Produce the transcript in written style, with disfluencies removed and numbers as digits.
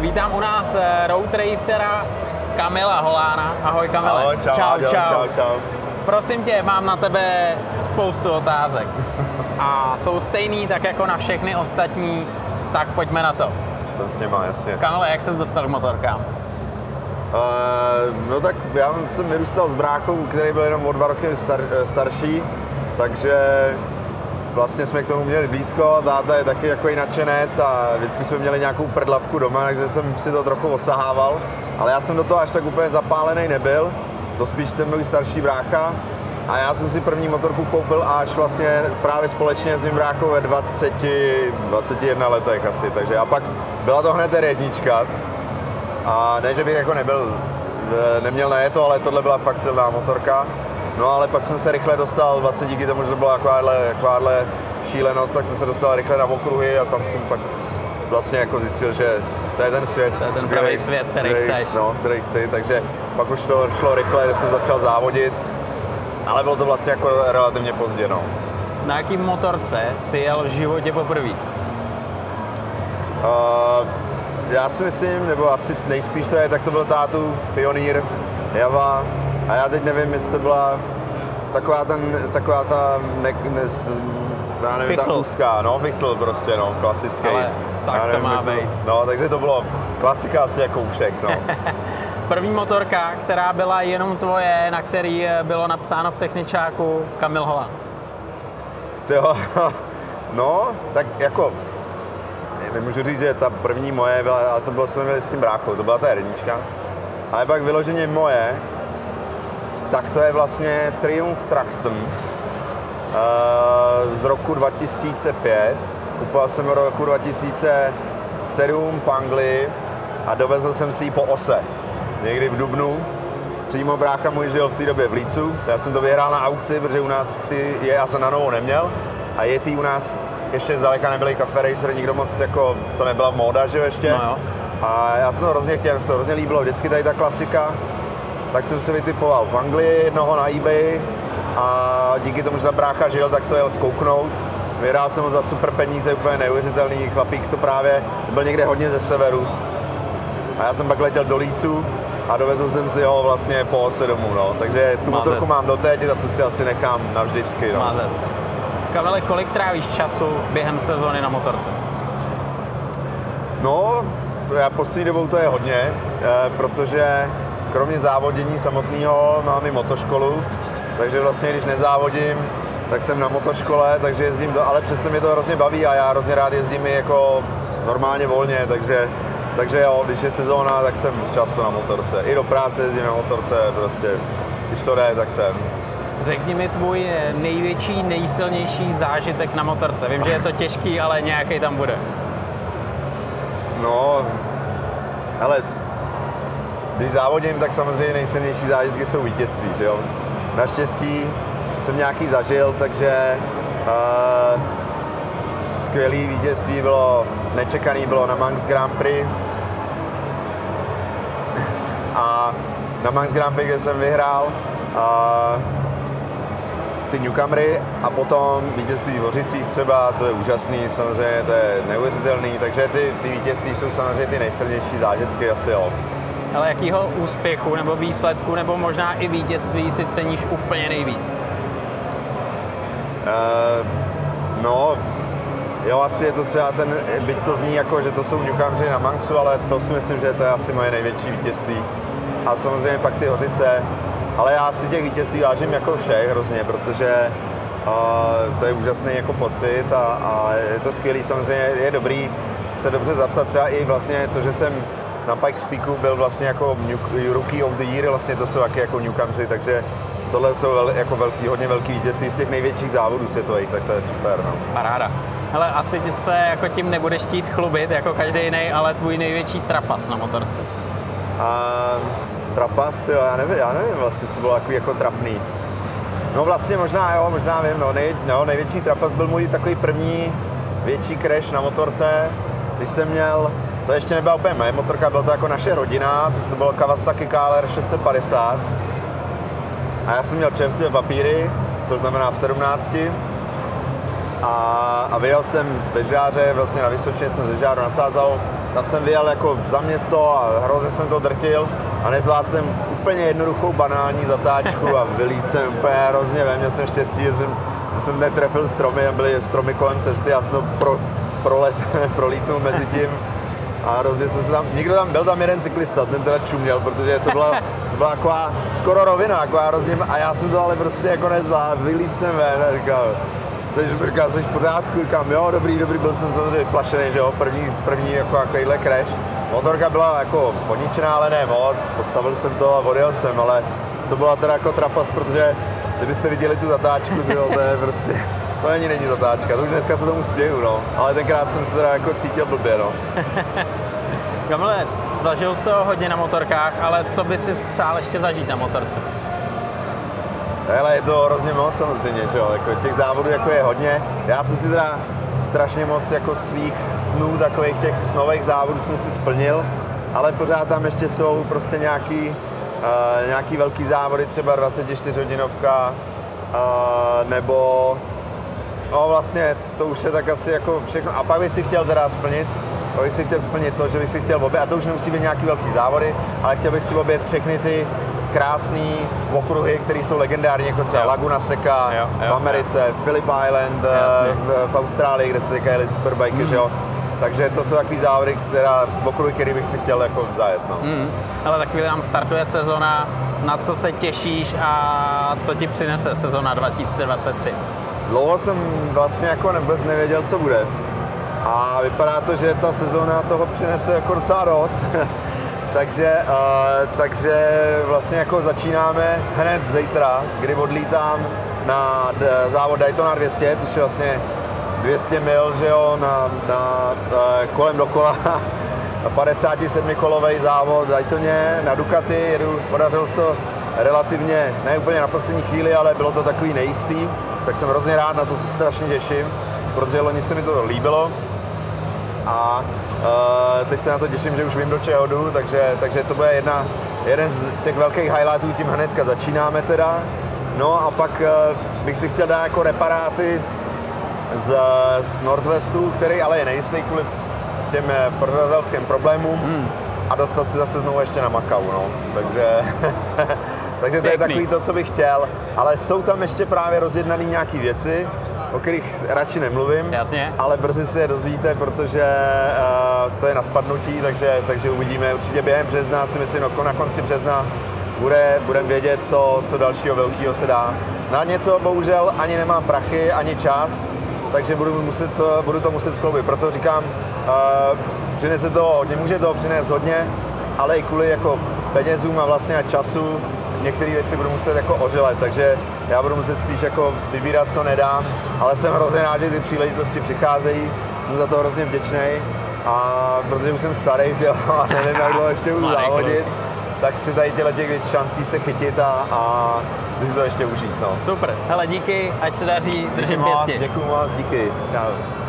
Vítám u nás road racera Kamila Holána. Ahoj Kamile. Ahoj, čau. Prosím tě, mám na tebe spoustu otázek. A jsou stejný tak jako na všechny ostatní, tak pojďme na to. Jsem s něma, jasně. Kamile, jak ses dostal k motorkám? No tak já jsem vyrůstal s bráchou, který byl jenom o 2 roky starší, takže vlastně jsme k tomu měli blízko, táta je taky takový nadšenec a vždycky jsme měli nějakou prdlavku doma, takže jsem si to trochu osahával, ale já jsem do toho až tak úplně zapálený nebyl, to spíš ten můj starší brácha a já jsem si první motorku koupil až vlastně právě společně s mým bráchou ve 21 letech asi, takže a pak byla to hned R1 a ne, že bych jako neměl na to, ale tohle byla fakt silná motorka. No ale pak jsem se rychle dostal, vlastně díky tomu, že to byla takováhle šílenost, tak jsem se dostal rychle na okruhy a tam jsem pak vlastně jako zjistil, že to je ten svět. To je ten pravý svět, který chceš. No, který chci, takže pak už to šlo rychle, že jsem začal závodit, ale bylo to vlastně jako relativně pozdě, no. Na jaký motorce jsi jel v životě poprvé? Já si myslím, nebo asi nejspíš to je, tak to byl tátu Pioneer, Java, a já teď nevím, jestli to byla taková ta já nevím, ta úzká, no, Fichtl prostě, no, klasický. Ale tak nevím, to má být. No, takže to bylo klasika asi jako u všech, no. První motorka, která byla jenom tvoje, na který bylo napsáno v techničáku Kamil Holán. Jo, no, tak jako, můžu říct, že ta první moje byla, ale to bylo, jsme měli s tím bráchou, to byla ta R1. Ale pak vyloženě moje, tak to je vlastně Triumph Truxton z roku 2005. Kupoval jsem roku 2007 v Anglii a dovezl jsem si ji po ose. Někdy v dubnu. Přímo brácha můj žil v té době v Lícu. Já jsem to vyhrál na aukci, protože u nás já jsem na novou neměl. A u nás ještě zdaleka nebyly Cafe Racer, nikdo moc jako, to nebyla móda, že jo, ještě. No jo. A já jsem to hrozně chtěl, se to hrozně líbilo, vždycky tady ta klasika. Tak jsem si vytipoval v Anglii jednoho na eBay a díky tomu, že ta brácha žil, tak to jel zkouknout. Vyhrál jsem ho za super peníze, úplně neuvěřitelný chlapík, to právě byl někde hodně ze severu. A já jsem pak letěl do Lícu a dovezl jsem si ho vlastně po ose domů, no. Takže tu motorku mám doteď a tu si asi nechám navždycky, no. Mázec. Kamile, kolik trávíš času během sezóny na motorce? No, já poslední dobou to je hodně, protože kromě závodění samotného mám i motoškolu, takže vlastně když nezávodím, tak jsem na motoškole, takže jezdím, ale přesto mě to hrozně baví a já hrozně rád jezdím i jako normálně volně, takže jo, když je sezóna, tak jsem často na motorce. I do práce jezdím na motorce, prostě, když to jde, tak jsem. Řekni mi tvůj největší, nejsilnější zážitek na motorce. Vím, že je to těžký, ale nějaký tam bude. No, ale když závodím, tak samozřejmě nejsilnější zážitky jsou vítězství, že jo. Naštěstí jsem nějaký zažil, takže skvělý vítězství bylo, nečekaný bylo na Manx Grand Prix. A na Manx Grand Prix, kde jsem vyhrál ty Newcomery a potom vítězství v Hořicích třeba, to je úžasný, samozřejmě to je neuvěřitelný, takže ty vítězství jsou samozřejmě ty nejsilnější zážitky asi, jo. Ale jakýho úspěchu nebo výsledku nebo možná i vítězství si ceníš úplně nejvíc? No, jo, asi je to třeba byť to zní jako, že to jsou Newcomeři na Manxu, ale to si myslím, že to je asi moje největší vítězství. A samozřejmě pak ty Hořice, ale já si těch vítězství vážím jako všech hrozně, protože to je úžasný jako pocit a je to skvělý, samozřejmě je dobrý se dobře zapsat třeba i vlastně to, že jsem na Pikes Peaku byl vlastně jako Rookie of the Year, vlastně to jsou taky jako Newcomeři, takže tohle jsou jako hodně velký vítězství z těch největších závodů světových, tak to je super, no. Paráda. Hele, asi ty se jako tím nebudeš chtít chlubit jako každý jiný, ale tvůj největší trapas na motorce. Trapas, tyjo, já nevím vlastně, co bylo jako trapný. No vlastně možná vím, největší trapas byl můj takový první větší crash na motorce, když jsem měl, to ještě nebyla úplně moje motorka, byla to jako naše rodina, to bylo Kawasaki KLR 650 a já jsem měl čerstvé papíry, to znamená v 17 a vyjel jsem ve Žáře, vlastně na Vysočině jsem ze Žáru nadsázal tam jsem vyjel jako za město a hrozně jsem to drtil a nezvládl jsem úplně jednoduchou banální zatáčku a vylít jsem úplně hrozně ven. Měl jsem štěstí, že jsem netrefil stromy, tam byly stromy kolem cesty, já jsem to prolítnul mezi tím a hrozně jsem se tam, byl tam jeden cyklista, ten teda čuměl, protože to byla taková skoro rovina, taková hrozně, a já jsem to ale prostě jako nezvládl, vylít jsem ven a říkal, jsi v pořádku, říkám, jo, dobrý, byl jsem samozřejmě plašený, že jo, první jako takovýhle crash. Motorka byla jako poničená, ale ne moc, postavil jsem to a odjel jsem, ale to byla teda jako trapas, protože kdybyste viděli tu zatáčku, to je prostě, to není zatáčka, to už dneska se tomu směju, no, ale tenkrát jsem se teda jako cítil blbě, no. Kamile, zažil jsi toho hodně na motorkách, ale co by si přál ještě zažít na motorce? Hele, je to hrozně moc samozřejmě, že jo, jako těch závodů jako je hodně. Já jsem si teda strašně moc jako svých snů, takových těch snových závodů jsem si splnil, ale pořád tam ještě jsou prostě nějaký velký závody, třeba 24hodinovka, nebo no vlastně to už je tak asi jako všechno. A pak bych si chtěl teda splnit to, že bych si chtěl objet, a to už nemusí být nějaký velký závody, ale chtěl bych si objet všechny ty krásný okruhy, které jsou legendární, jako třeba Laguna Seca v Americe, Phillip Island v Austrálii, kde se teďka jeli superbajky, že jo. Takže to jsou takový závody, okruhy, který bych si chtěl jako zajet, no. Ale za chvíli nám startuje sezona, na co se těšíš a co ti přinese sezona 2023? Dlouho jsem vlastně jako vůbec nevěděl, co bude. A vypadá to, že ta sezóna toho přinese jako docela dost. takže vlastně jako začínáme hned zítra, kdy odlítám na závod Daytona 200, což je vlastně 200 mil, že jo, na kolem dokola. 57-kolový závod v Daytoně na Ducati, podařilo se to relativně, ne úplně na poslední chvíli, ale bylo to takový nejistý, tak jsem hrozně rád, na to se strašně těším, protože loni se mi to líbilo a teď se na to těším, že už vím, do čeho jdu, takže to bude jeden z těch velkých highlightů, tím hnedka začínáme teda. No a pak bych si chtěl dát jako reparáty z Northwestu, který ale je nejistý kvůli těm pořadatelským problémům a dostat se zase znovu ještě na Macau, no. Takže to je takový to, co bych chtěl, ale jsou tam ještě právě rozjednané nějaké věci, o kterých radši nemluvím, Jasně. Ale brzy se je dozvíte, protože to je na spadnutí, takže uvidíme určitě během března, si myslím, na konci března budeme vědět, co dalšího velkého se dá. Na něco bohužel ani nemám prachy, ani čas, takže budu to muset skloubit. Proto říkám, přinese to hodně, může to přinést hodně, ale i kvůli jako penězům a vlastně času některé věci budu muset jako oželet, takže já budu muset spíš jako vybírat, co nedám, ale jsem hrozně rád, že ty příležitosti přicházejí, jsem za to hrozně vděčný, a protože už jsem starý, že jo, a nevím, jak dlouho ještě budu závodit, tak chci tady těch šancí se chytit a si to ještě užít, no. Super, hele díky, ať se daří, držím pěstí. Děkuju moc, díky. Čau.